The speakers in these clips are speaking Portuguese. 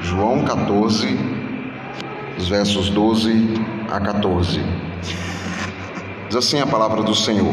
João 14, os versos 12 a 14. Diz assim a palavra do Senhor: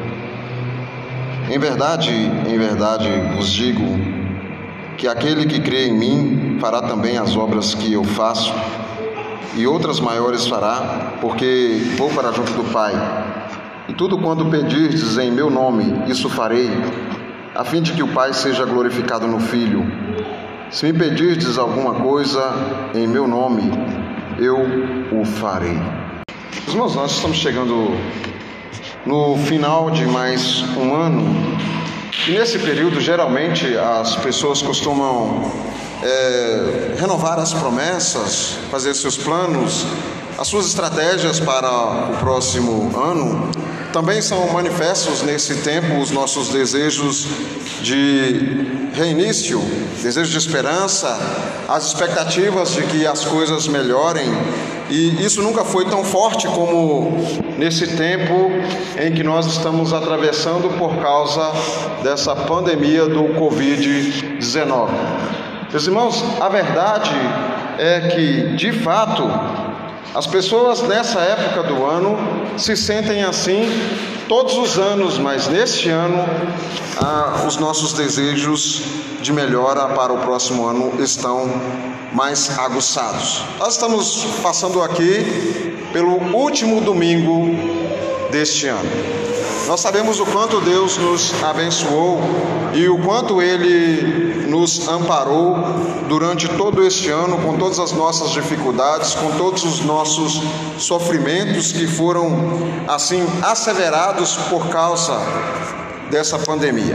em verdade vos digo que aquele que crê em mim fará também as obras que eu faço, e outras maiores fará, porque vou para junto do Pai. E tudo quanto pedirdes em meu nome, isso farei, a fim de que o Pai seja glorificado no Filho. Se me pedirdes alguma coisa em meu nome, eu o farei. Irmãos, nós estamos chegando no final de mais um ano, e nesse período geralmente as pessoas costumam renovar as promessas, fazer seus planos, as suas estratégias para o próximo ano. Também são manifestos nesse tempo os nossos desejos de reinício, desejos de esperança, as expectativas de que as coisas melhorem. E isso nunca foi tão forte como nesse tempo em que nós estamos atravessando por causa dessa pandemia do Covid-19. Meus irmãos, a verdade é que, de fato, as pessoas nessa época do ano se sentem assim todos os anos, mas neste ano os nossos desejos de melhora para o próximo ano estão mais aguçados. Nós estamos passando aqui pelo último domingo deste ano. Nós sabemos o quanto Deus nos abençoou e o quanto Ele nos amparou durante todo este ano, com todas as nossas dificuldades, com todos os nossos sofrimentos que foram assim asseverados por causa dessa pandemia.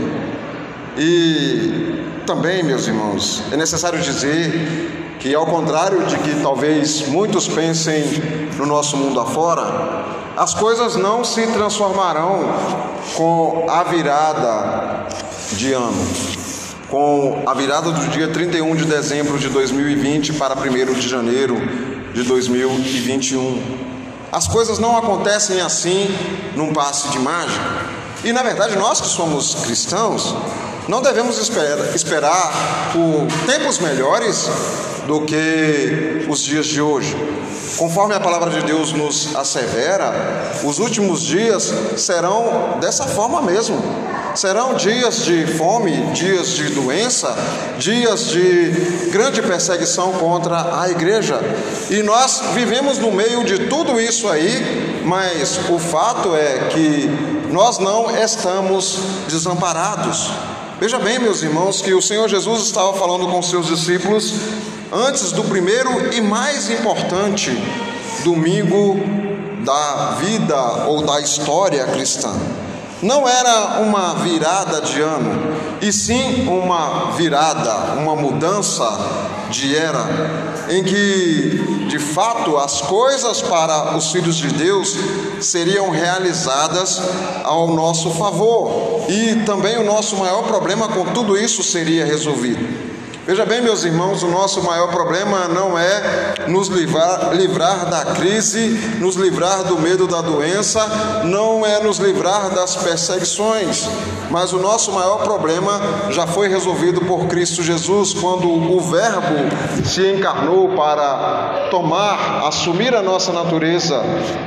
E também, meus irmãos, é necessário dizer que, ao contrário de que talvez muitos pensem no nosso mundo afora, as coisas não se transformarão com a virada de ano, com a virada do dia 31 de dezembro de 2020 para 1º de janeiro de 2021. As coisas não acontecem assim num passe de mágica. E, na verdade, nós que somos cristãos não devemos esperar por tempos melhores do que os dias de hoje. Conforme a palavra de Deus nos assevera, os últimos dias serão dessa forma mesmo. Serão dias de fome, dias de doença, dias de grande perseguição contra a igreja. E nós vivemos no meio de tudo isso aí, mas o fato é que nós não estamos desamparados. Veja bem, meus irmãos, que o Senhor Jesus estava falando com seus discípulos antes do primeiro e mais importante domingo da vida ou da história cristã. Não era uma virada de ano, e sim uma virada, uma mudança de era, em que, de fato, as coisas para os filhos de Deus seriam realizadas ao nosso favor, e também o nosso maior problema com tudo isso seria resolvido. Veja bem, meus irmãos, o nosso maior problema não é nos livrar da crise, nos livrar do medo da doença, não é nos livrar das perseguições, mas o nosso maior problema já foi resolvido por Cristo Jesus, quando o Verbo se encarnou para assumir a nossa natureza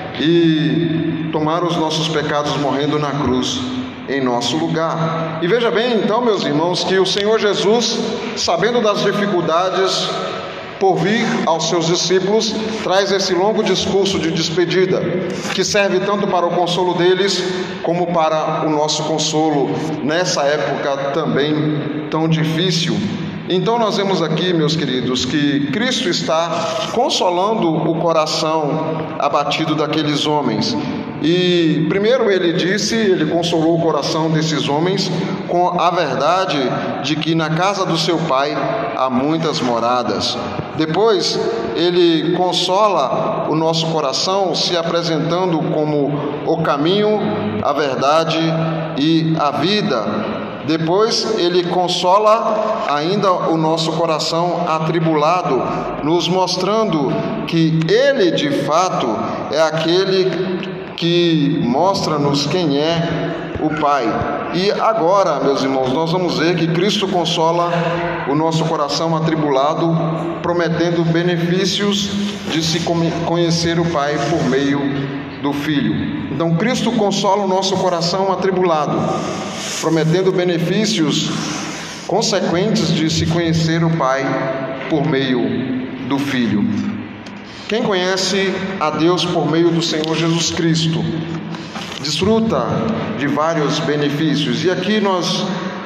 e tomar os nossos pecados morrendo na cruz em nosso lugar. E veja bem então, meus irmãos, que o Senhor Jesus, sabendo das dificuldades por vir aos seus discípulos, traz esse longo discurso de despedida, que serve tanto para o consolo deles, como para o nosso consolo nessa época também tão difícil. Então nós vemos aqui, meus queridos, que Cristo está consolando o coração abatido daqueles homens. E primeiro ele consolou o coração desses homens com a verdade de que na casa do seu Pai há muitas moradas. Depois ele consola o nosso coração se apresentando como o caminho, a verdade e a vida. Depois ele consola ainda o nosso coração atribulado, nos mostrando que ele de fato é aquele que mostra-nos quem é o Pai. E agora, meus irmãos, nós vamos ver que Cristo consola o nosso coração atribulado, prometendo benefícios de se conhecer o Pai por meio do Filho. Então, Cristo consola o nosso coração atribulado, prometendo benefícios consequentes de se conhecer o Pai por meio do Filho. Quem conhece a Deus por meio do Senhor Jesus Cristo desfruta de vários benefícios, e aqui nós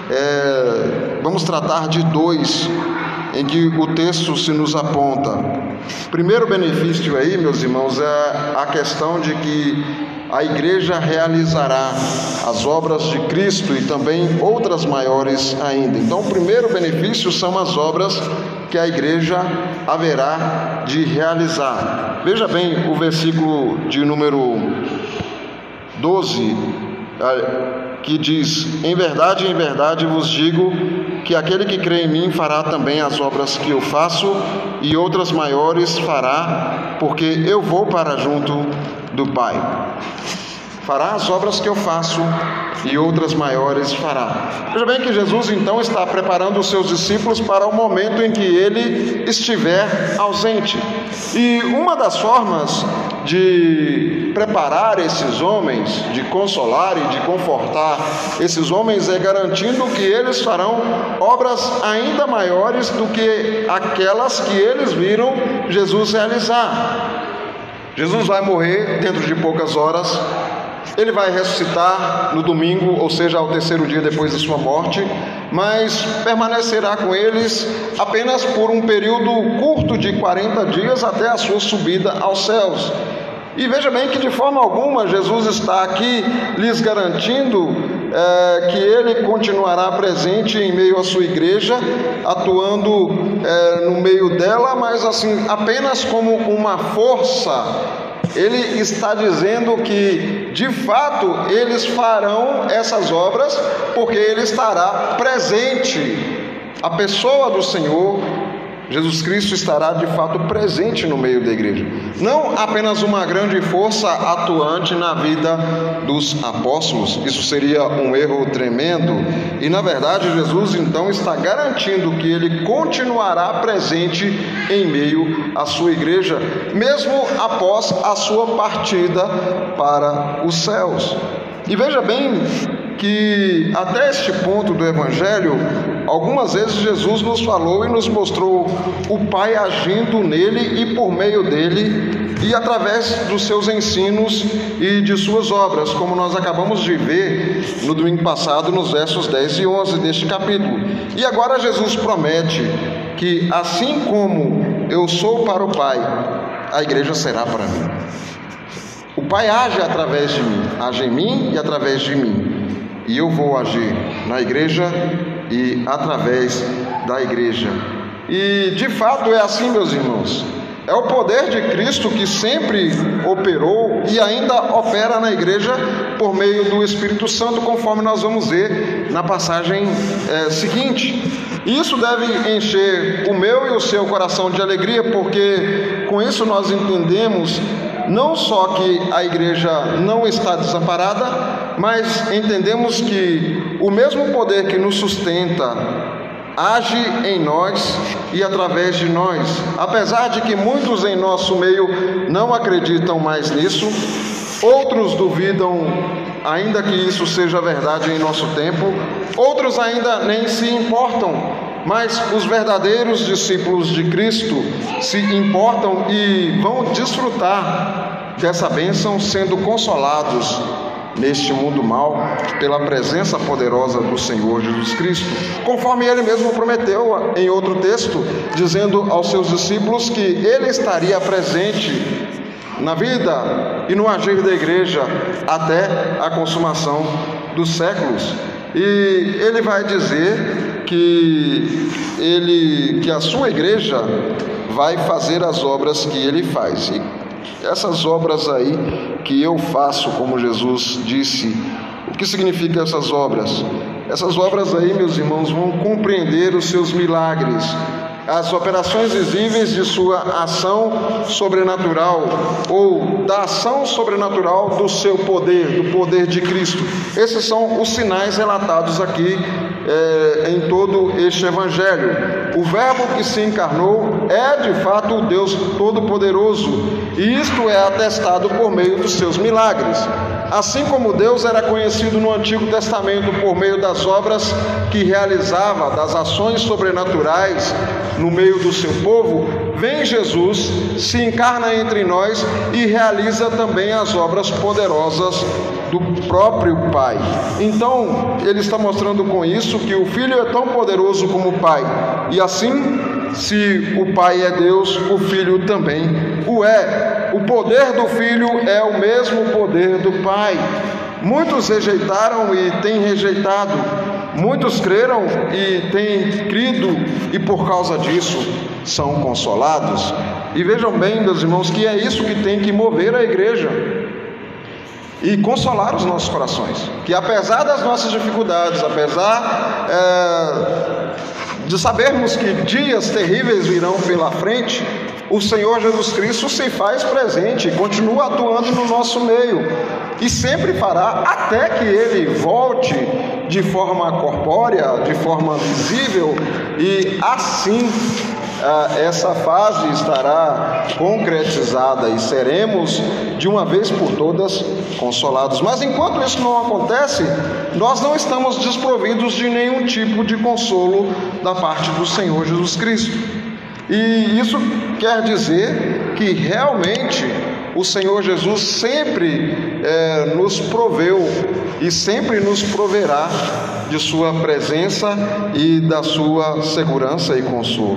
vamos tratar de dois em que o texto se nos aponta. O primeiro benefício aí, meus irmãos, é a questão de que a igreja realizará as obras de Cristo e também outras maiores ainda. Então, o primeiro benefício são as obras que a igreja haverá de realizar. Veja bem o versículo de número 12, que diz: em verdade vos digo que aquele que crê em mim fará também as obras que eu faço, e outras maiores fará, porque eu vou para junto do Pai. Fará as obras que eu faço e outras maiores fará. Veja bem que Jesus então está preparando os seus discípulos para o momento em que ele estiver ausente. E uma das formas de preparar esses homens, de consolar e de confortar esses homens, é garantindo que eles farão obras ainda maiores do que aquelas que eles viram Jesus realizar. Jesus vai morrer dentro de poucas horas. Ele vai ressuscitar no domingo, ou seja, ao terceiro dia depois de sua morte, mas permanecerá com eles apenas por um período curto de 40 dias até a sua subida aos céus. E veja bem que de forma alguma Jesus está aqui lhes garantindo que ele continuará presente em meio à sua igreja, atuando no meio dela, mas assim, apenas como uma força. Ele está dizendo que, de fato, eles farão essas obras, porque ele estará presente. A pessoa do Senhor Jesus Cristo estará de fato presente no meio da igreja. Não apenas uma grande força atuante na vida dos apóstolos. Isso seria um erro tremendo. E na verdade Jesus então está garantindo que ele continuará presente em meio à sua igreja, mesmo após a sua partida para os céus. E veja bem que até este ponto do Evangelho, algumas vezes Jesus nos falou e nos mostrou o Pai agindo nele e por meio dele e através dos seus ensinos e de suas obras, como nós acabamos de ver no domingo passado, nos versos 10 e 11 deste capítulo. E agora Jesus promete que assim como eu sou para o Pai, a igreja será para mim. O Pai age através de mim, age em mim e através de mim. E eu vou agir na igreja e através da igreja. E de fato é assim, meus irmãos. É o poder de Cristo que sempre operou e ainda opera na igreja por meio do Espírito Santo, conforme nós vamos ver na passagem seguinte. E isso deve encher o meu e o seu coração de alegria, porque com isso nós entendemos não só que a igreja não está desamparada, mas entendemos que o mesmo poder que nos sustenta age em nós e através de nós. Apesar de que muitos em nosso meio não acreditam mais nisso, outros duvidam ainda que isso seja verdade em nosso tempo, outros ainda nem se importam, mas os verdadeiros discípulos de Cristo se importam e vão desfrutar dessa bênção, sendo consolados neste mundo mau pela presença poderosa do Senhor Jesus Cristo, conforme ele mesmo prometeu em outro texto, dizendo aos seus discípulos que ele estaria presente na vida e no agir da igreja até a consumação dos séculos. E ele vai dizer que a sua igreja vai fazer as obras que ele faz. E essas obras aí que eu faço, como Jesus disse, o que significa essas obras? Essas obras aí, meus irmãos, vão compreender os seus milagres, as operações visíveis de sua ação sobrenatural, ou da ação sobrenatural do seu poder, do poder de Cristo. Esses são os sinais relatados aqui em todo este evangelho. O Verbo que se encarnou é de fato o Deus Todo-Poderoso, e isto é atestado por meio dos seus milagres. Assim como Deus era conhecido no Antigo Testamento por meio das obras que realizava, das ações sobrenaturais no meio do seu povo, vem Jesus, se encarna entre nós e realiza também as obras poderosas do próprio Pai. Então, ele está mostrando com isso que o Filho é tão poderoso como o Pai. E assim, se o Pai é Deus, o Filho também o é. O poder do Filho é o mesmo poder do Pai. Muitos rejeitaram e têm rejeitado. Muitos creram e têm crido, e por causa disso são consolados. E vejam bem, meus irmãos, que é isso que tem que mover a igreja e consolar os nossos corações, que apesar das nossas dificuldades, apesar de sabermos que dias terríveis virão pela frente, o Senhor Jesus Cristo se faz presente e continua atuando no nosso meio, e sempre fará até que Ele volte de forma corpórea, de forma visível, e assim essa fase estará concretizada e seremos de uma vez por todas consolados. Mas enquanto isso não acontece, nós não estamos desprovidos de nenhum tipo de consolo da parte do Senhor Jesus Cristo. E isso quer dizer que realmente o Senhor Jesus sempre nos proveu e sempre nos proverá de sua presença e da sua segurança e consolo.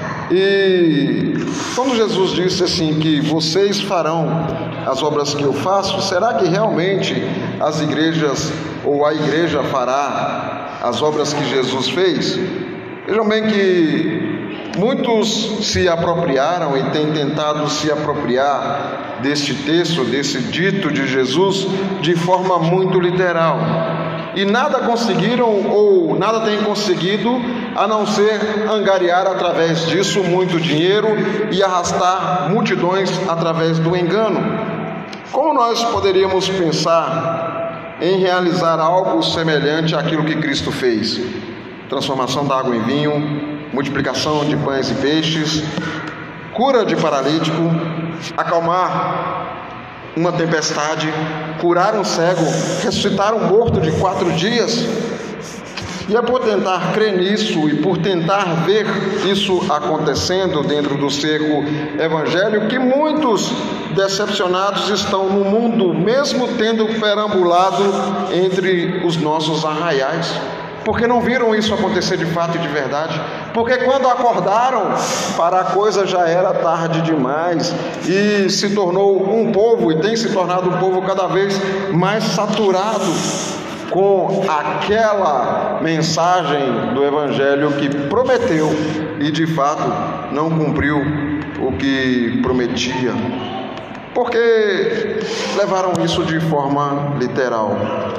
E quando Jesus disse assim que vocês farão as obras que eu faço, será que realmente as igrejas ou a igreja fará as obras que Jesus fez? Vejam bem que muitos se apropriaram e têm tentado se apropriar deste texto, desse dito de Jesus, de forma muito literal. E nada conseguiram ou nada têm conseguido a não ser angariar através disso muito dinheiro e arrastar multidões através do engano. Como nós poderíamos pensar em realizar algo semelhante àquilo que Cristo fez? Transformação da água em vinho, multiplicação de pães e peixes, cura de paralítico, acalmar uma tempestade, curar um cego, ressuscitar um morto de 4 dias. E é por tentar crer nisso e por tentar ver isso acontecendo dentro do cerco evangélico que muitos decepcionados estão no mundo, mesmo tendo perambulado entre os nossos arraiais. Porque não viram isso acontecer de fato e de verdade. Porque quando acordaram para a coisa já era tarde demais e se tornou um povo, e tem se tornado um povo cada vez mais saturado com aquela mensagem do Evangelho que prometeu e de fato não cumpriu o que prometia. Porque levaram isso de forma literal.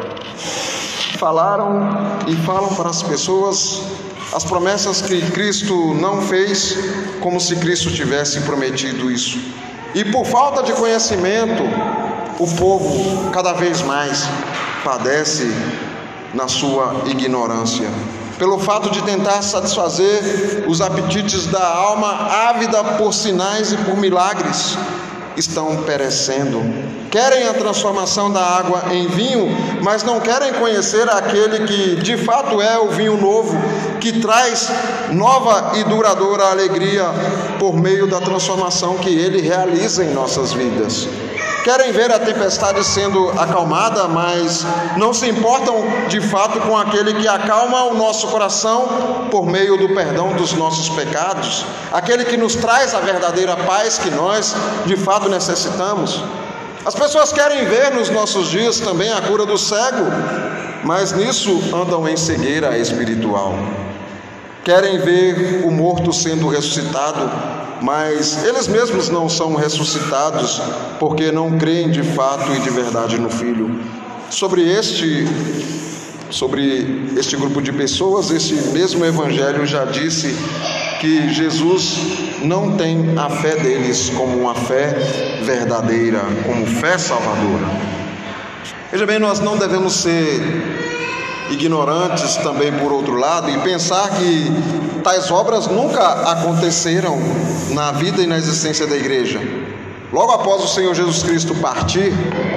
Falaram e falam para as pessoas as promessas que Cristo não fez, como se Cristo tivesse prometido isso. E por falta de conhecimento, o povo cada vez mais padece na sua ignorância. Pelo fato de tentar satisfazer os apetites da alma ávida por sinais e por milagres, estão perecendo. Querem a transformação da água em vinho, mas não querem conhecer aquele que de fato é o vinho novo, que traz nova e duradoura alegria por meio da transformação que ele realiza em nossas vidas. Querem ver a tempestade sendo acalmada, mas não se importam de fato com aquele que acalma o nosso coração por meio do perdão dos nossos pecados, aquele que nos traz a verdadeira paz que nós de fato necessitamos. As pessoas querem ver nos nossos dias também a cura do cego, mas nisso andam em cegueira espiritual. Querem ver o morto sendo ressuscitado, mas eles mesmos não são ressuscitados porque não creem de fato e de verdade no Filho. Sobre este grupo de pessoas, este mesmo Evangelho já disse que Jesus não tem a fé deles como uma fé verdadeira, como fé salvadora. Veja bem, nós não devemos ser ignorantes também por outro lado e pensar que tais obras nunca aconteceram na vida e na existência da igreja. Logo após o Senhor Jesus Cristo partir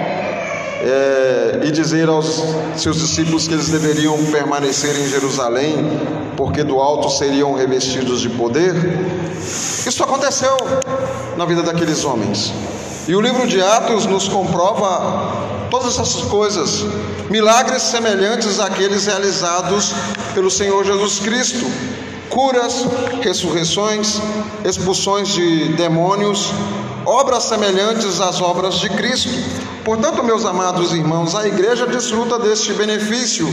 e dizer aos seus discípulos que eles deveriam permanecer em Jerusalém, porque do alto seriam revestidos de poder, isso aconteceu na vida daqueles homens. E o livro de Atos nos comprova todas essas coisas, milagres semelhantes àqueles realizados pelo Senhor Jesus Cristo, curas, ressurreições, expulsões de demônios, obras semelhantes às obras de Cristo. Portanto, meus amados irmãos, a igreja desfruta deste benefício,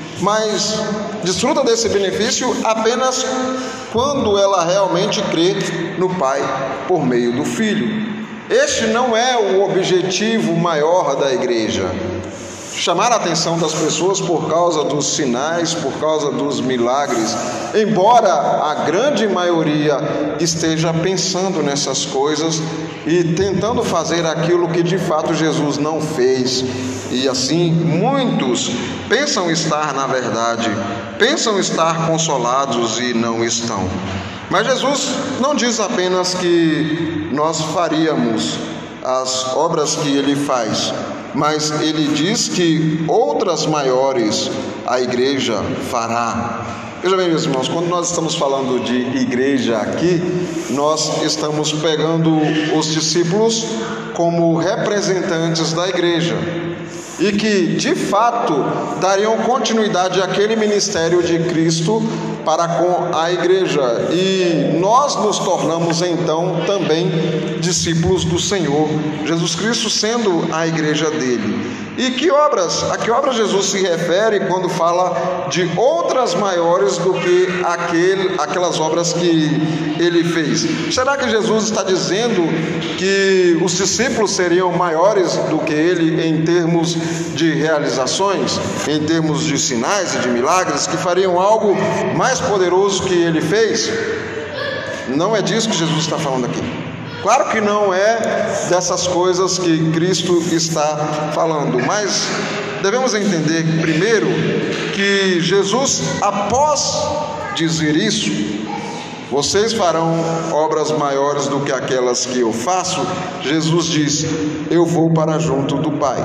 mas desfruta desse benefício apenas quando ela realmente crê no Pai por meio do Filho. Este não é o objetivo maior da igreja, chamar a atenção das pessoas por causa dos sinais, por causa dos milagres, embora a grande maioria esteja pensando nessas coisas e tentando fazer aquilo que de fato Jesus não fez. E assim muitos pensam estar na verdade, pensam estar consolados e não estão. Mas Jesus não diz apenas que nós faríamos as obras que Ele faz, mas Ele diz que outras maiores a igreja fará. Veja bem, meus irmãos, quando nós estamos falando de igreja aqui, nós estamos pegando os discípulos como representantes da igreja e que, de fato, dariam continuidade àquele ministério de Cristo para com a igreja, e nós nos tornamos então também discípulos do Senhor Jesus Cristo, sendo a igreja dele. E a que obras Jesus se refere quando fala de outras maiores do que aquelas obras que ele fez? Será que Jesus está dizendo que os discípulos seriam maiores do que ele em termos de realizações, em termos de sinais e de milagres, que fariam algo mais poderoso que ele fez? Não é disso que Jesus está falando aqui. Claro que não é dessas coisas que Cristo está falando, mas devemos entender primeiro que Jesus, após dizer isso, vocês farão obras maiores do que aquelas que eu faço, Jesus diz: eu vou para junto do Pai.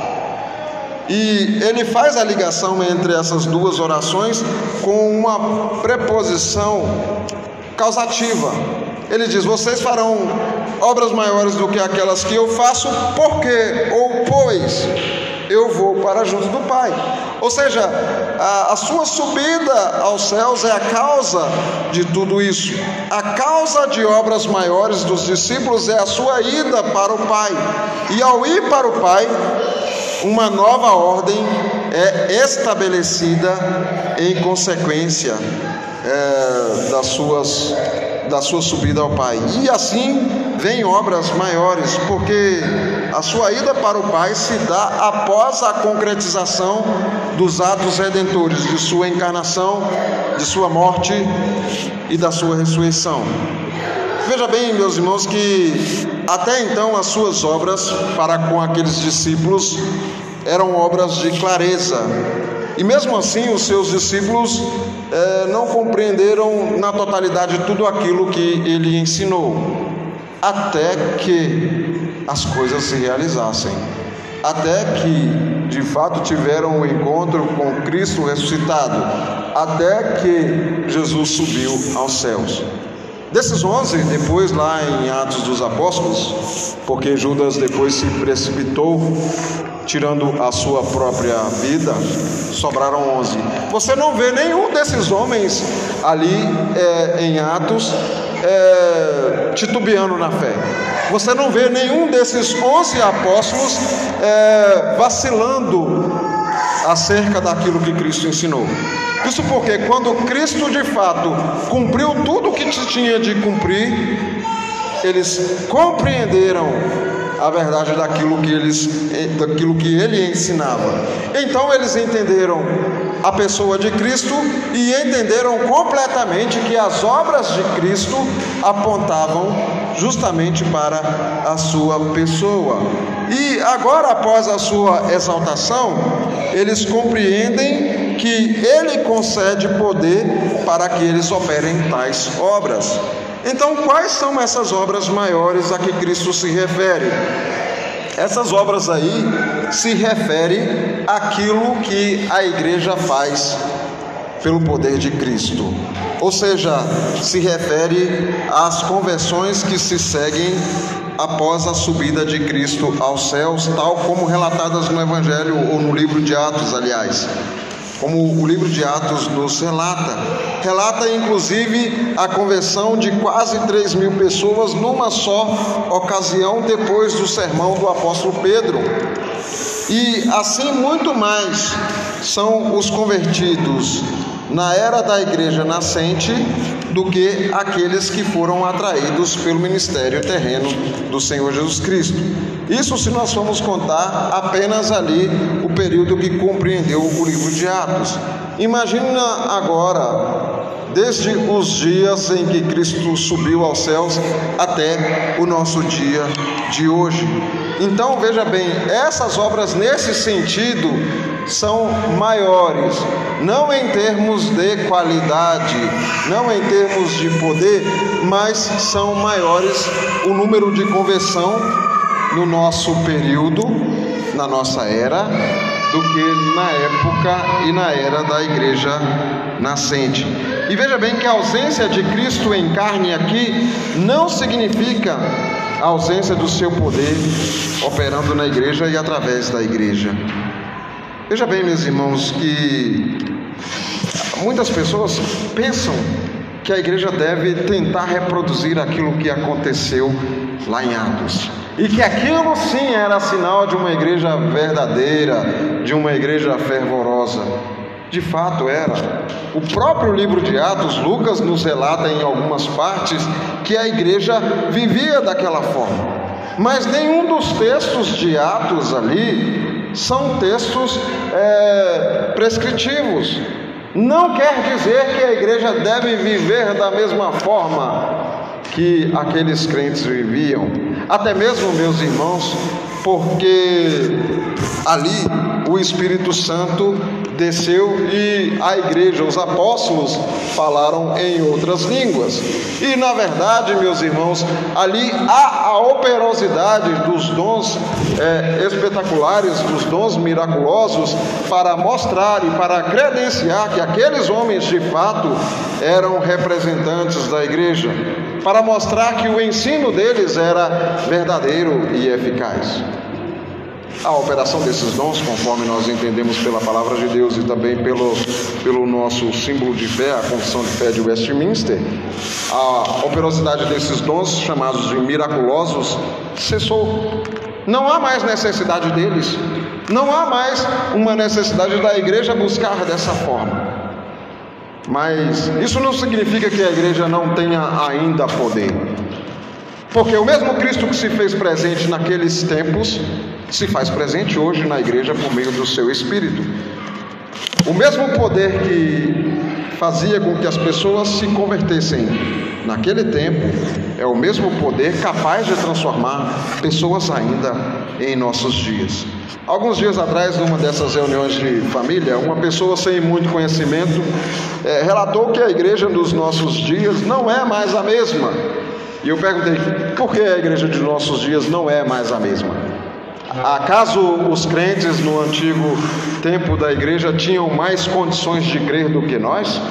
E ele faz a ligação entre essas duas orações com uma preposição causativa. Ele diz: vocês farão obras maiores do que aquelas que eu faço, porque ou pois eu vou para junto do Pai. Ou seja, a sua subida aos céus é a causa de tudo isso. A causa de obras maiores dos discípulos é a sua ida para o Pai. E ao ir para o Pai, uma nova ordem é estabelecida em consequência da sua subida ao Pai. E assim vem obras maiores, porque a sua ida para o Pai se dá após a concretização dos atos redentores de sua encarnação, de sua morte e da sua ressurreição. Veja bem, meus irmãos, que até então as suas obras para com aqueles discípulos eram obras de clareza. E mesmo assim os seus discípulos não compreenderam na totalidade tudo aquilo que ele ensinou, até que as coisas se realizassem, até que de fato tiveram um encontro com Cristo ressuscitado, até que Jesus subiu aos céus. Desses 11, depois lá em Atos dos Apóstolos, porque Judas depois se precipitou, tirando a sua própria vida, sobraram 11. Você não vê nenhum desses homens ali em Atos titubeando na fé. Você não vê nenhum desses 11 apóstolos vacilando acerca daquilo que Cristo ensinou. Isso porque quando Cristo de fato cumpriu tudo o que tinha de cumprir, eles compreenderam a verdade daquilo que ele ensinava. Então eles entenderam a pessoa de Cristo e entenderam completamente que as obras de Cristo apontavam justamente para a sua pessoa. E agora, após a sua exaltação, eles compreendem que ele concede poder para que eles operem tais obras. Então, quais são essas obras maiores a que Cristo se refere? Essas obras aí se referem àquilo que a igreja faz pelo poder de Cristo. Ou seja, se refere às conversões que se seguem após a subida de Cristo aos céus, tal como relatadas no Evangelho ou no livro de Atos, aliás. Como o livro de Atos nos relata. Relata inclusive a conversão de quase 3.000 pessoas numa só ocasião depois do sermão do apóstolo Pedro. E assim muito mais são os convertidos na era da igreja nascente do que aqueles que foram atraídos pelo ministério terreno do Senhor Jesus Cristo. Isso se nós formos contar apenas ali o período que compreendeu o livro de Atos. Imagina agora, desde os dias em que Cristo subiu aos céus até o nosso dia de hoje. Então veja bem, essas obras nesse sentido são maiores, não em termos de qualidade, não em termos de poder, mas são maiores o número de conversão no nosso período, na nossa era, do que na época e na era da igreja nascente. E veja bem que a ausência de Cristo em carne aqui não significa a ausência do seu poder operando na igreja e através da igreja. Veja bem, meus irmãos, que muitas pessoas pensam que a igreja deve tentar reproduzir aquilo que aconteceu lá em Atos. E que aquilo sim era sinal de uma igreja verdadeira, de uma igreja fervorosa. De fato era. O próprio livro de Atos, Lucas nos relata em algumas partes que a igreja vivia daquela forma. Mas nenhum dos textos de Atos ali são textos prescritivos. Não quer dizer que a igreja deve viver da mesma forma que aqueles crentes viviam. Até mesmo, meus irmãos, porque ali o Espírito Santo desceu e a igreja, os apóstolos, falaram em outras línguas. E na verdade, meus irmãos, ali há a operosidade dos dons espetaculares, dos dons miraculosos, para mostrar e para credenciar que aqueles homens de fato eram representantes da igreja, para mostrar que o ensino deles era verdadeiro e eficaz. A operação desses dons, conforme nós entendemos pela palavra de Deus e também pelo nosso símbolo de fé, a confissão de fé de Westminster, a operosidade desses dons, chamados de miraculosos, cessou. Não há mais necessidade deles. Não há mais uma necessidade da igreja buscar dessa forma. Mas isso não significa que a igreja não tenha ainda poder. Porque o mesmo Cristo que se fez presente naqueles tempos se faz presente hoje na igreja por meio do seu Espírito. O mesmo poder que fazia com que as pessoas se convertessem naquele tempo é o mesmo poder capaz de transformar pessoas ainda em nossos dias. Alguns dias atrás, numa dessas reuniões de família, uma pessoa sem muito conhecimento relatou que a igreja dos nossos dias não é mais a mesma. E eu perguntei, por que a igreja de nossos dias não é mais a mesma? Acaso os crentes no antigo tempo da igreja tinham mais condições de crer do que nós?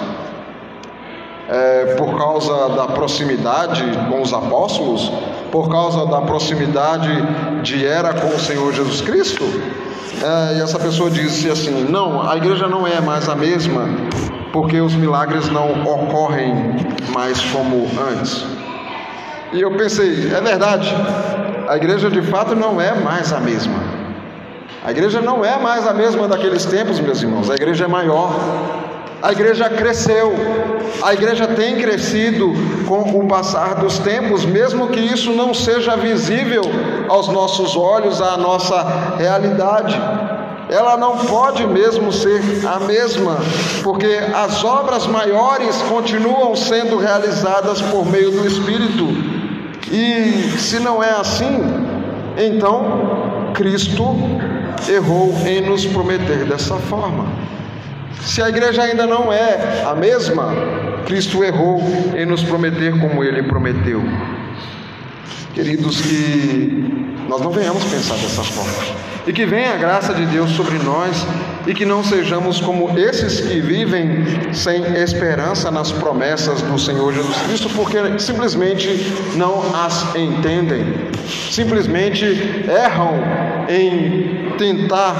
Por causa da proximidade com os apóstolos? Por causa da proximidade de era com o Senhor Jesus Cristo? E essa pessoa disse assim, não, a igreja não é mais a mesma, porque os milagres não ocorrem mais como antes. E eu pensei, é verdade, a igreja de fato não é mais a mesma. A igreja não é mais a mesma daqueles tempos, meus irmãos. A igreja é maior, a igreja cresceu, a igreja tem crescido com o passar dos tempos, mesmo que isso não seja visível aos nossos olhos, à nossa realidade. Ela não pode mesmo ser a mesma, porque as obras maiores continuam sendo realizadas por meio do Espírito. E se não é assim, então Cristo errou em nos prometer dessa forma. Se a igreja ainda não é a mesma, Cristo errou em nos prometer como Ele prometeu. Queridos, que nós não venhamos pensar dessa forma, e que venha a graça de Deus sobre nós, e que não sejamos como esses que vivem sem esperança nas promessas do Senhor Jesus Cristo, porque simplesmente não as entendem, simplesmente erram em tentar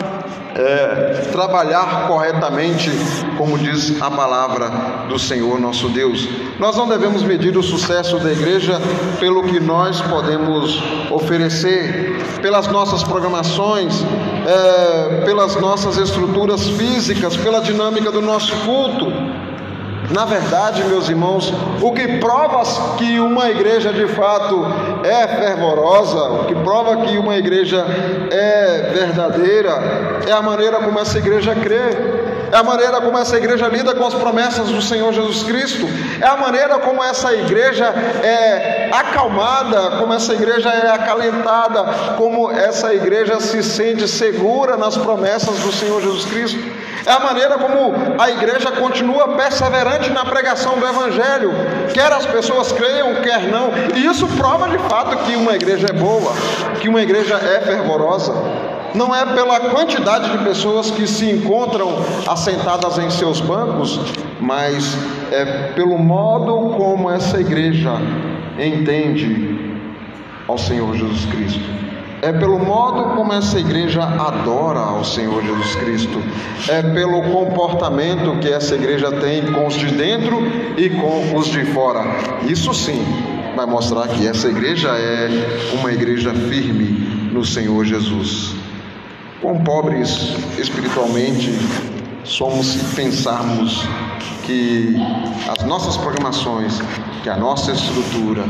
trabalhar corretamente, como diz a palavra do Senhor nosso Deus. Nós não devemos medir o sucesso da igreja pelo que nós podemos oferecer, pelas nossas programações, pelas nossas estruturas físicas, pela dinâmica do nosso culto. Na verdade, meus irmãos, o que prova que uma igreja de fato é fervorosa, o que prova que uma igreja é verdadeira, é a maneira como essa igreja crê, é a maneira como essa igreja lida com as promessas do Senhor Jesus Cristo, é a maneira como essa igreja é acalmada, como essa igreja é acalentada, como essa igreja se sente segura nas promessas do Senhor Jesus Cristo. É a maneira como a igreja continua perseverante na pregação do Evangelho, quer as pessoas creiam, quer não. E isso prova de fato que uma igreja é boa, que uma igreja é fervorosa. Não é pela quantidade de pessoas que se encontram assentadas em seus bancos, mas é pelo modo como essa igreja entende ao Senhor Jesus Cristo. É pelo modo como essa igreja adora ao Senhor Jesus Cristo. É pelo comportamento que essa igreja tem com os de dentro e com os de fora. Isso sim vai mostrar que essa igreja é uma igreja firme no Senhor Jesus. Quão pobres espiritualmente somos se pensarmos que as nossas programações, que a nossa estrutura,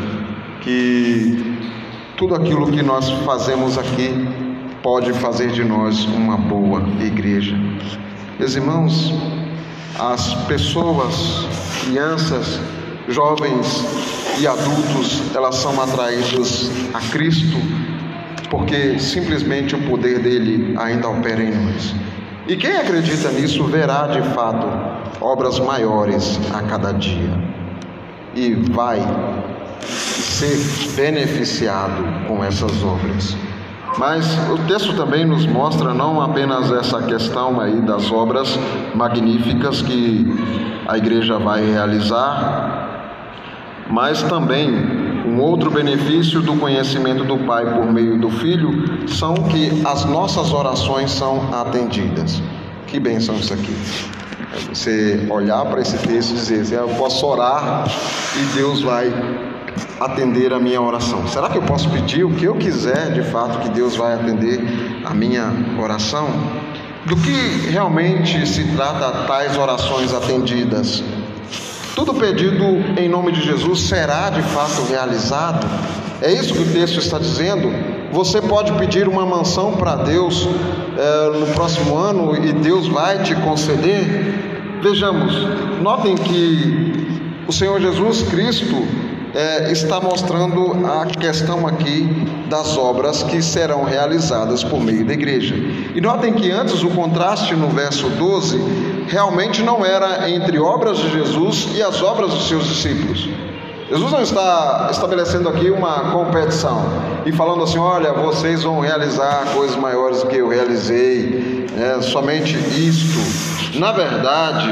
que tudo aquilo que nós fazemos aqui pode fazer de nós uma boa igreja. Meus irmãos, as pessoas, crianças, jovens e adultos, elas são atraídas a Cristo porque simplesmente o poder dele ainda opera em nós. E quem acredita nisso verá de fato obras maiores a cada dia e vai ser beneficiado com essas obras. Mas o texto também nos mostra não apenas essa questão aí das obras magníficas que a igreja vai realizar, mas também um outro benefício do conhecimento do Pai por meio do Filho são que as nossas orações são atendidas. Que bênção isso aqui! Você olhar para esse texto e dizer, eu posso orar e Deus vai atender a minha oração. Será que eu posso pedir o que eu quiser, de fato, que Deus vai atender a minha oração? Do que realmente se trata tais orações atendidas? Tudo pedido em nome de Jesus será de fato realizado? É isso que o texto está dizendo? Você pode pedir uma mansão para Deus no próximo ano e Deus vai te conceder? Vejamos, notem que o Senhor Jesus Cristo está mostrando a questão aqui das obras que serão realizadas por meio da igreja. E notem que antes o contraste no verso 12 realmente não era entre obras de Jesus e as obras dos seus discípulos. Jesus não está estabelecendo aqui uma competição e falando assim, olha, vocês vão realizar coisas maiores do que eu realizei, somente isto. Na verdade,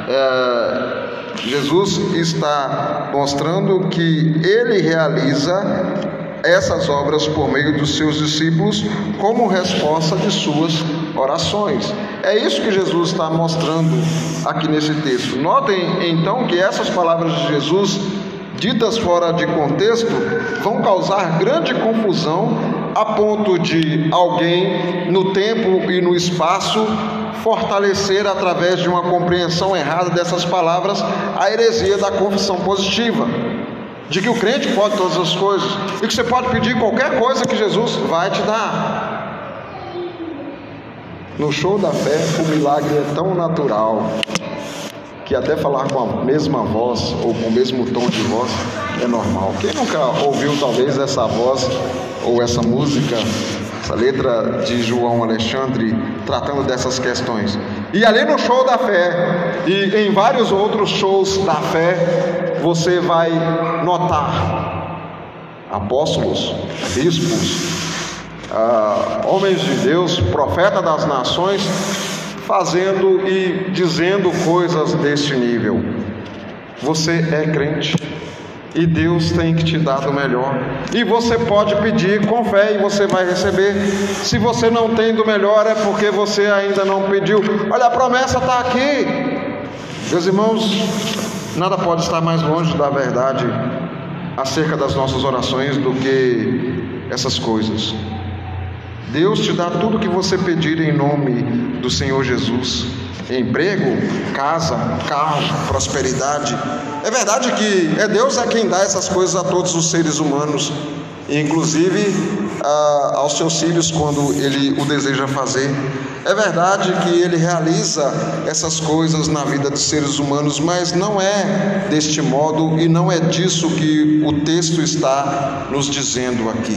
Jesus está mostrando que ele realiza essas obras por meio dos seus discípulos como resposta de suas orações. É isso que Jesus está mostrando aqui nesse texto. Notem então que essas palavras de Jesus, ditas fora de contexto, vão causar grande confusão a ponto de alguém no tempo e no espaço fortalecer através de uma compreensão errada dessas palavras a heresia da confissão positiva. de que o crente pode todas as coisas e que você pode pedir qualquer coisa que Jesus vai te dar. No show da fé, o milagre é tão natural que até falar com a mesma voz ou com o mesmo tom de voz é normal. Quem nunca ouviu talvez essa voz ou essa música, essa letra de João Alexandre tratando dessas questões? E ali no show da fé e em vários outros shows da fé, você vai notar apóstolos, bispos, homens de Deus, profeta das nações, fazendo e dizendo coisas deste nível. Você é crente e Deus tem que te dar do melhor, e você pode pedir com fé e você vai receber. Se você não tem do melhor, é porque você ainda não pediu. Olha, a promessa está aqui. Meus irmãos, nada pode estar mais longe da verdade acerca das nossas orações do que essas coisas. Deus te dá tudo que você pedir em nome do Senhor Jesus: emprego, casa, carro, prosperidade. É verdade que Deus é quem dá essas coisas a todos os seres humanos, inclusive aos seus filhos quando Ele o deseja fazer. É verdade que Ele realiza essas coisas na vida dos seres humanos, mas não é deste modo e não é disso que o texto está nos dizendo aqui.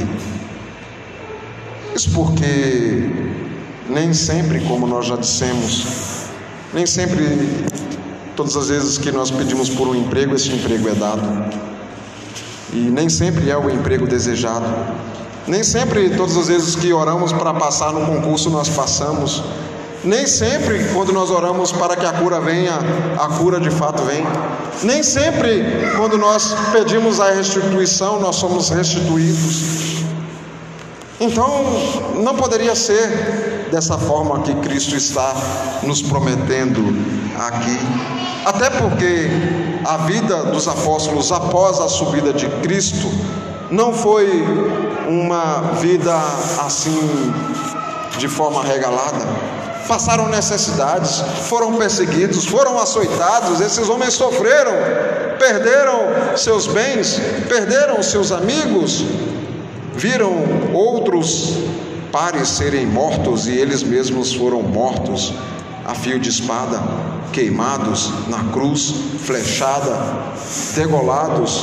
Isso porque nem sempre, como nós já dissemos, nem sempre, todas as vezes que nós pedimos por um emprego, esse emprego é dado. E nem sempre é o emprego desejado. Nem sempre, todas as vezes que oramos para passar no concurso, nós passamos. Nem sempre, quando nós oramos para que a cura venha, a cura de fato vem. Nem sempre, quando nós pedimos a restituição, nós somos restituídos. Então, não poderia ser dessa forma que Cristo está nos prometendo aqui. Até porque a vida dos apóstolos após a subida de Cristo não foi uma vida assim, de forma regalada. Passaram necessidades, foram perseguidos, foram açoitados. Esses homens sofreram, perderam seus bens, perderam seus amigos, viram outros pares serem mortos e eles mesmos foram mortos a fio de espada, queimados na cruz, flechada, degolados.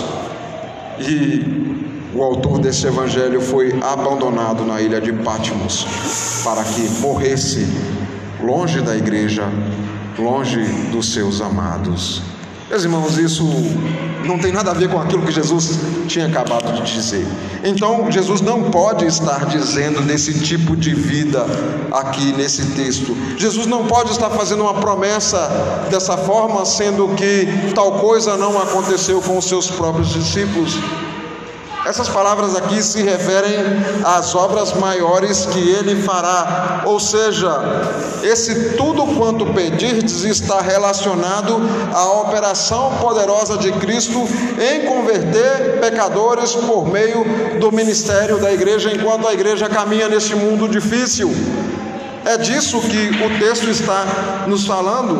E o autor desse evangelho foi abandonado na ilha de Patmos para que morresse longe da igreja, longe dos seus amados. Meus irmãos, isso não tem nada a ver com aquilo que Jesus tinha acabado de dizer. Então, Jesus não pode estar dizendo desse tipo de vida aqui nesse texto. Jesus não pode estar fazendo uma promessa dessa forma, sendo que tal coisa não aconteceu com os seus próprios discípulos. Essas palavras aqui se referem às obras maiores que Ele fará, ou seja, esse tudo quanto pedirdes está relacionado à operação poderosa de Cristo em converter pecadores por meio do ministério da igreja, enquanto a igreja caminha neste mundo difícil. É disso que o texto está nos falando.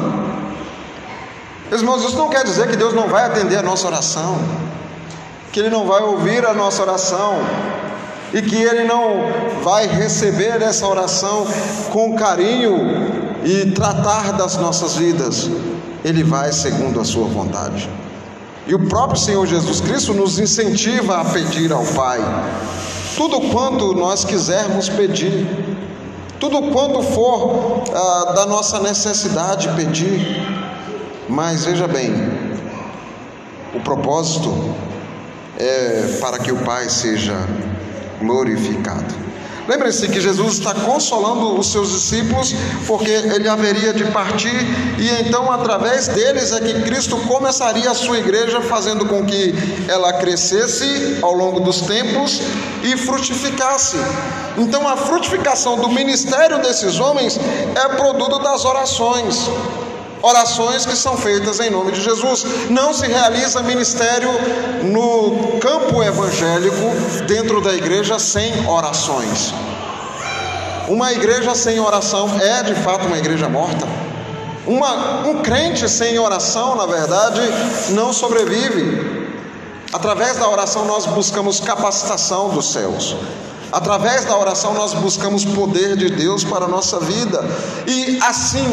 Meus irmãos, isso não quer dizer que Deus não vai atender a nossa oração, que Ele não vai ouvir a nossa oração e que Ele não vai receber essa oração com carinho e tratar das nossas vidas. Ele vai segundo a sua vontade. E o próprio Senhor Jesus Cristo nos incentiva a pedir ao Pai tudo quanto nós quisermos pedir, tudo quanto for da nossa necessidade pedir. Mas veja bem, o propósito é para que o Pai seja glorificado. Lembre-se que Jesus está consolando os seus discípulos, porque Ele haveria de partir, e então através deles é que Cristo começaria a sua igreja, fazendo com que ela crescesse ao longo dos tempos e frutificasse. Então a frutificação do ministério desses homens é produto das orações que são feitas em nome de Jesus. Não se realiza ministério no campo evangélico dentro da igreja sem orações. Uma igreja sem oração é de fato uma igreja morta. Um crente sem oração, na verdade, não sobrevive. Através da oração nós buscamos capacitação dos céus. Através da oração nós buscamos poder de Deus para a nossa vida. E assim,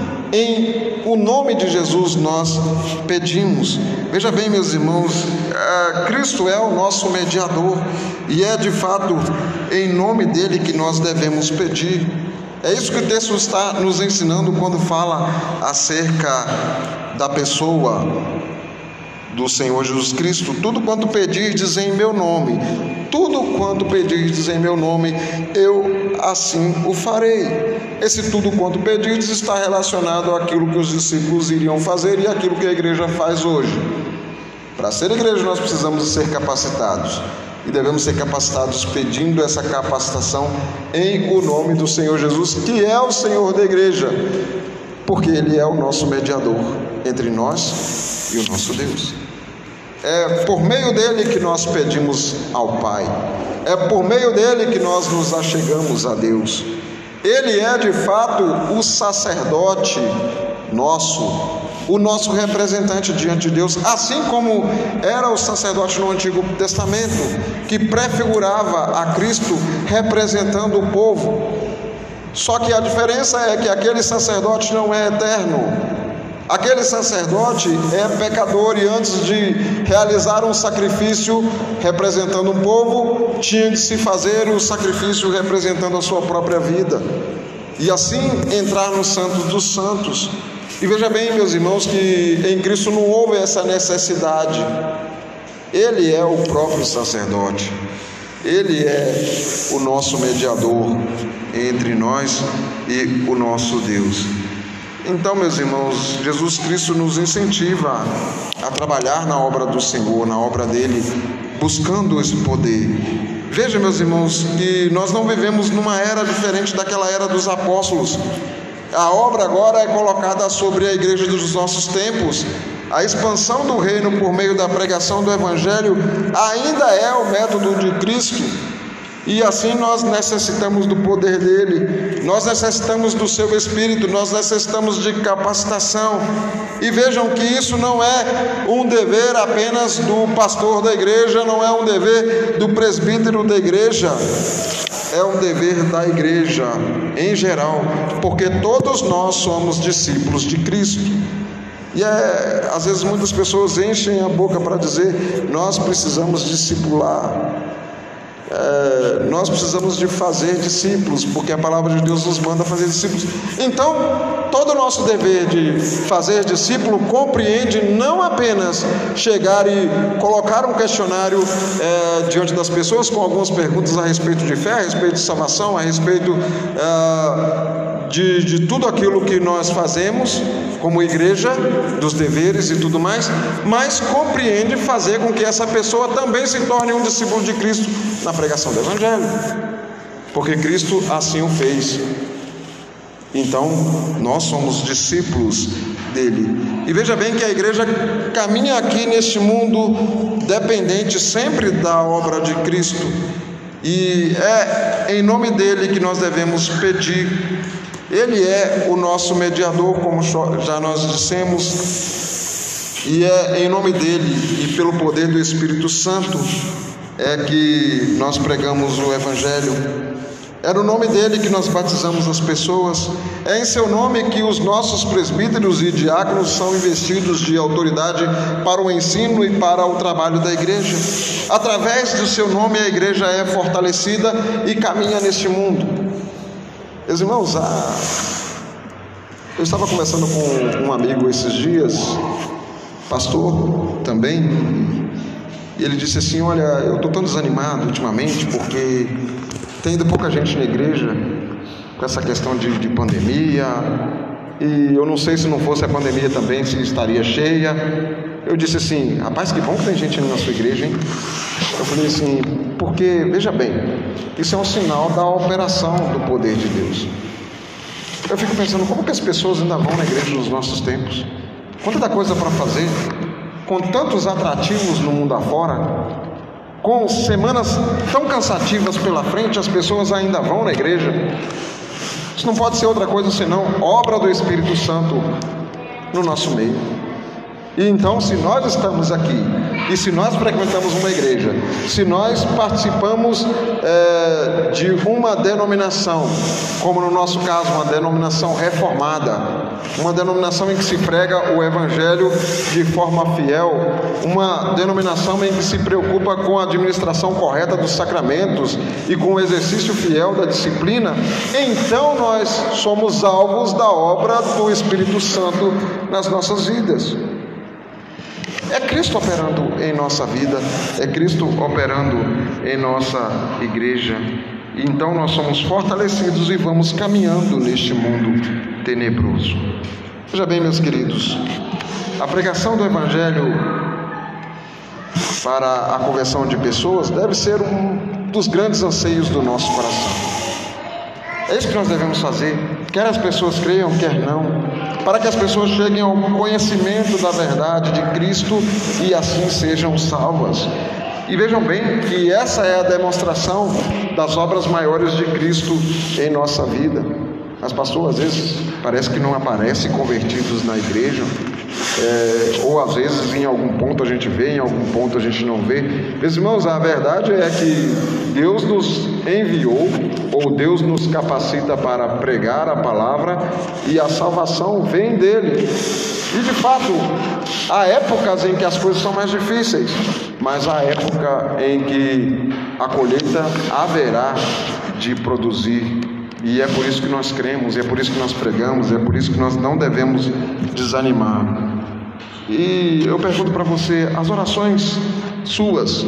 em o nome de Jesus nós pedimos. Veja bem, meus irmãos, Cristo é o nosso mediador. E é de fato em nome dele que nós devemos pedir. É isso que o texto está nos ensinando quando fala acerca da pessoa do Senhor Jesus Cristo. Tudo quanto pedirdes em meu nome, tudo quanto pedirdes em meu nome, eu assim o farei. Esse tudo quanto pedirdes está relacionado àquilo que os discípulos iriam fazer e àquilo que a igreja faz hoje. Para ser igreja nós precisamos ser capacitados. E devemos ser capacitados pedindo essa capacitação em o nome do Senhor Jesus, que é o Senhor da igreja, porque Ele é o nosso mediador entre nós e o nosso Deus. É por meio dele que nós pedimos ao Pai, é por meio dele que nós nos achegamos a Deus. Ele é de fato o sacerdote nosso, o nosso representante diante de Deus, assim como era o sacerdote no Antigo Testamento, que prefigurava a Cristo representando o povo. Só que a diferença é que aquele sacerdote não é eterno. Aquele sacerdote é pecador e antes de realizar um sacrifício representando um povo, tinha de se fazer o sacrifício representando a sua própria vida. E assim entrar no Santo dos Santos. E veja bem, meus irmãos, que em Cristo não houve essa necessidade. Ele é o próprio sacerdote. Ele é o nosso mediador entre nós e o nosso Deus. Então, meus irmãos, Jesus Cristo nos incentiva a trabalhar na obra do Senhor, na obra dele, buscando esse poder. Veja, meus irmãos, que nós não vivemos numa era diferente daquela era dos apóstolos. A obra agora é colocada sobre a igreja dos nossos tempos. A expansão do reino por meio da pregação do Evangelho ainda é o método de Cristo. E assim nós necessitamos do poder dele, nós necessitamos do seu Espírito, nós necessitamos de capacitação. E vejam que isso não é um dever apenas do pastor da igreja, não é um dever do presbítero da igreja, é um dever da igreja em geral, porque todos nós somos discípulos de Cristo. E às vezes muitas pessoas enchem a boca para dizer: nós precisamos discipular. Nós precisamos de fazer discípulos, porque a palavra de Deus nos manda fazer discípulos. Então, todo o nosso dever de fazer discípulo compreende não apenas chegar e colocar um questionário diante das pessoas com algumas perguntas a respeito de fé, a respeito de salvação, a respeito de tudo aquilo que nós fazemos como igreja, dos deveres e tudo mais, mas compreende fazer com que essa pessoa também se torne um discípulo de Cristo na pregação do Evangelho, porque Cristo assim o fez. Então nós somos discípulos dele. E veja bem que a igreja caminha aqui neste mundo dependente sempre da obra de Cristo, e é em nome dele que nós devemos pedir. Ele é o nosso mediador, como já nós dissemos, e é em nome dele e pelo poder do Espírito Santo é que nós pregamos o Evangelho. É no nome dele que nós batizamos as pessoas. É em seu nome que os nossos presbíteros e diáconos são investidos de autoridade para o ensino e para o trabalho da igreja. Através do seu nome a igreja é fortalecida e caminha neste mundo. Meus irmãos, eu estava conversando com um amigo esses dias, pastor também, e ele disse assim: olha, eu estou tão desanimado ultimamente porque tem ido pouca gente na igreja com essa questão de pandemia, e eu não sei se não fosse a pandemia também se estaria cheia. Eu disse assim: rapaz, que bom que tem gente indo na sua igreja, hein? Eu falei assim, porque, veja bem, isso é um sinal da operação do poder de Deus. Eu fico pensando, como que as pessoas ainda vão na igreja nos nossos tempos? Quanta coisa para fazer, com tantos atrativos no mundo afora, com semanas tão cansativas pela frente, as pessoas ainda vão na igreja. Isso não pode ser outra coisa senão obra do Espírito Santo no nosso meio. E então, se nós estamos aqui E se nós frequentamos uma igreja, se nós participamos de uma denominação, como no nosso caso, uma denominação reformada, uma denominação em que se prega o Evangelho de forma fiel, uma denominação em que se preocupa com a administração correta dos sacramentos e com o exercício fiel da disciplina, então nós somos alvos da obra do Espírito Santo nas nossas vidas. É Cristo operando em nossa vida, é Cristo operando em nossa igreja. E então nós somos fortalecidos e vamos caminhando neste mundo tenebroso. Veja bem, meus queridos, a pregação do Evangelho para a conversão de pessoas deve ser um dos grandes anseios do nosso coração. É isso que nós devemos fazer, quer as pessoas creiam, quer não, para que as pessoas cheguem ao conhecimento da verdade de Cristo e assim sejam salvas. E vejam bem que essa é a demonstração das obras maiores de Cristo em nossa vida. As pessoas às vezes parece que não aparecem convertidos na igreja, ou às vezes em algum ponto a gente vê, em algum ponto a gente não vê. Meus irmãos, a verdade é que Deus nos enviou, ou Deus nos capacita para pregar a palavra, e a salvação vem dele. E de fato, há épocas em que as coisas são mais difíceis, mas há época em que a colheita haverá de produzir. E é por isso que nós cremos, é por isso que nós pregamos, é por isso que nós não devemos desanimar. E eu pergunto para você, as orações suas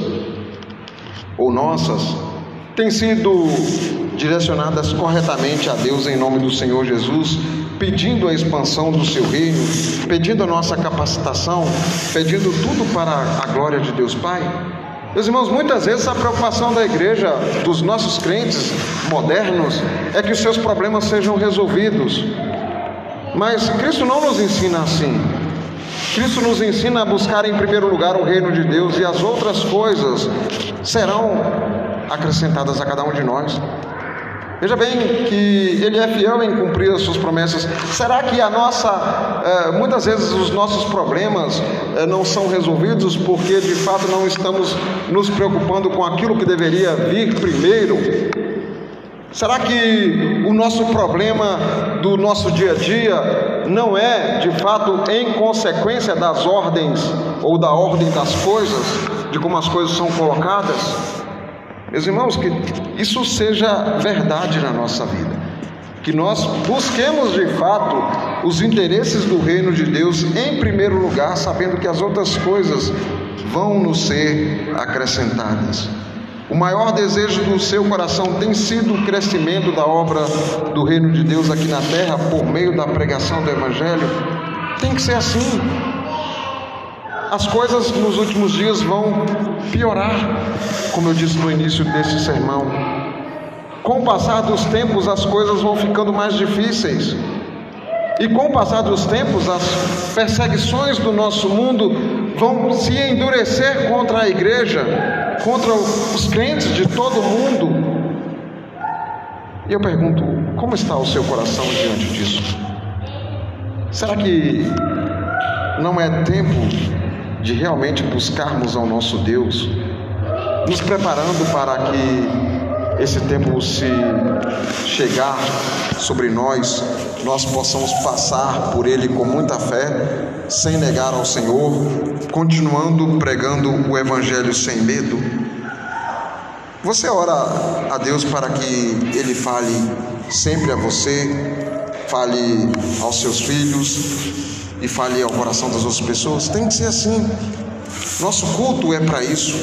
ou nossas têm sido direcionadas corretamente a Deus em nome do Senhor Jesus, pedindo a expansão do seu reino, pedindo a nossa capacitação, pedindo tudo para a glória de Deus Pai? Meus irmãos, muitas vezes a preocupação da igreja, dos nossos crentes modernos, é que os seus problemas sejam resolvidos. Mas Cristo não nos ensina assim. Cristo nos ensina a buscar em primeiro lugar o reino de Deus, e as outras coisas serão acrescentadas a cada um de nós. Veja bem que Ele é fiel em cumprir as suas promessas. Será que muitas vezes os nossos problemas não são resolvidos porque de fato não estamos nos preocupando com aquilo que deveria vir primeiro? Será que o nosso problema do nosso dia a dia não é de fato em consequência das ordens ou da ordem das coisas, de como as coisas são colocadas? Meus irmãos, que isso seja verdade na nossa vida, que nós busquemos de fato os interesses do reino de Deus em primeiro lugar, sabendo que as outras coisas vão nos ser acrescentadas. O maior desejo do seu coração tem sido o crescimento da obra do reino de Deus aqui na terra por meio da pregação do Evangelho? Tem que ser assim. As coisas nos últimos dias vão piorar, como eu disse no início desse sermão. Com o passar dos tempos, as coisas vão ficando mais difíceis. E com o passar dos tempos, as perseguições do nosso mundo vão se endurecer contra a igreja, contra os crentes de todo o mundo. E eu pergunto, como está o seu coração diante disso? Será que não é tempo de realmente buscarmos ao nosso Deus, nos preparando para que esse tempo, se chegar sobre nós, nós possamos passar por ele com muita fé, sem negar ao Senhor, continuando pregando o Evangelho sem medo? Você ora a Deus para que Ele fale sempre a você, fale aos seus filhos e fale ao coração das outras pessoas? Tem que ser assim. Nosso culto é para isso.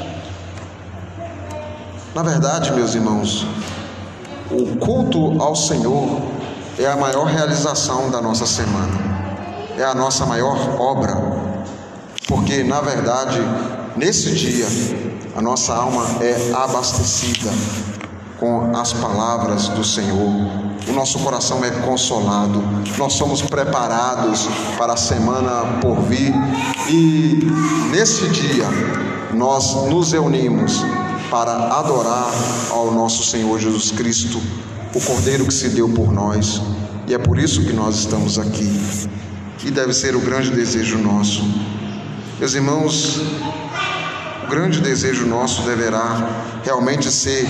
Na verdade, meus irmãos, o culto ao Senhor é a maior realização da nossa semana, é a nossa maior obra, porque na verdade, nesse dia, a nossa alma é abastecida com as palavras do Senhor, o nosso coração é consolado, nós somos preparados para a semana por vir, e nesse dia nós nos reunimos para adorar ao nosso Senhor Jesus Cristo, o Cordeiro que se deu por nós, e é por isso que nós estamos aqui, e deve ser o grande desejo nosso. Meus irmãos, grande desejo nosso deverá realmente ser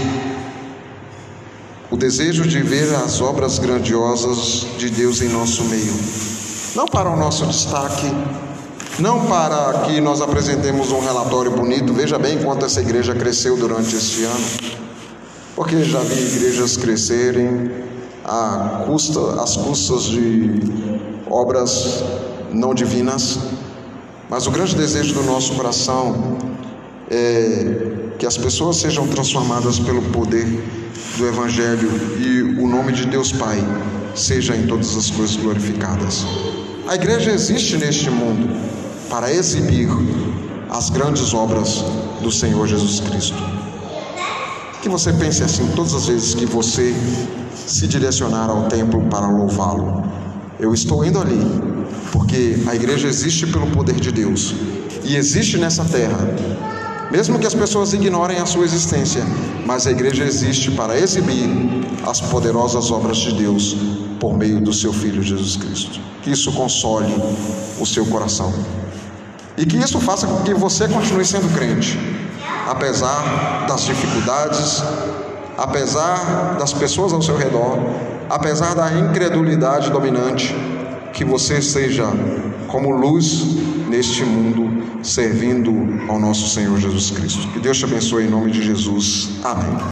o desejo de ver as obras grandiosas de Deus em nosso meio. Não para o nosso destaque, não para que nós apresentemos um relatório bonito. Veja bem quanto essa igreja cresceu durante este ano, porque já vi igrejas crescerem às custas de obras não divinas. Mas o grande desejo do nosso coração é que as pessoas sejam transformadas pelo poder do Evangelho e o nome de Deus Pai seja em todas as coisas glorificadas. A igreja existe neste mundo para exibir as grandes obras do Senhor Jesus Cristo. Que você pense assim todas as vezes que você se direcionar ao templo para louvá-lo. Eu estou indo ali porque a igreja existe pelo poder de Deus e existe nessa terra, mesmo que as pessoas ignorem a sua existência, mas a igreja existe para exibir as poderosas obras de Deus por meio do seu Filho Jesus Cristo. Que isso console o seu coração e que isso faça com que você continue sendo crente, apesar das dificuldades, apesar das pessoas ao seu redor, apesar da incredulidade dominante. Que você seja como luz neste mundo, servindo ao nosso Senhor Jesus Cristo. Que Deus te abençoe em nome de Jesus. Amém.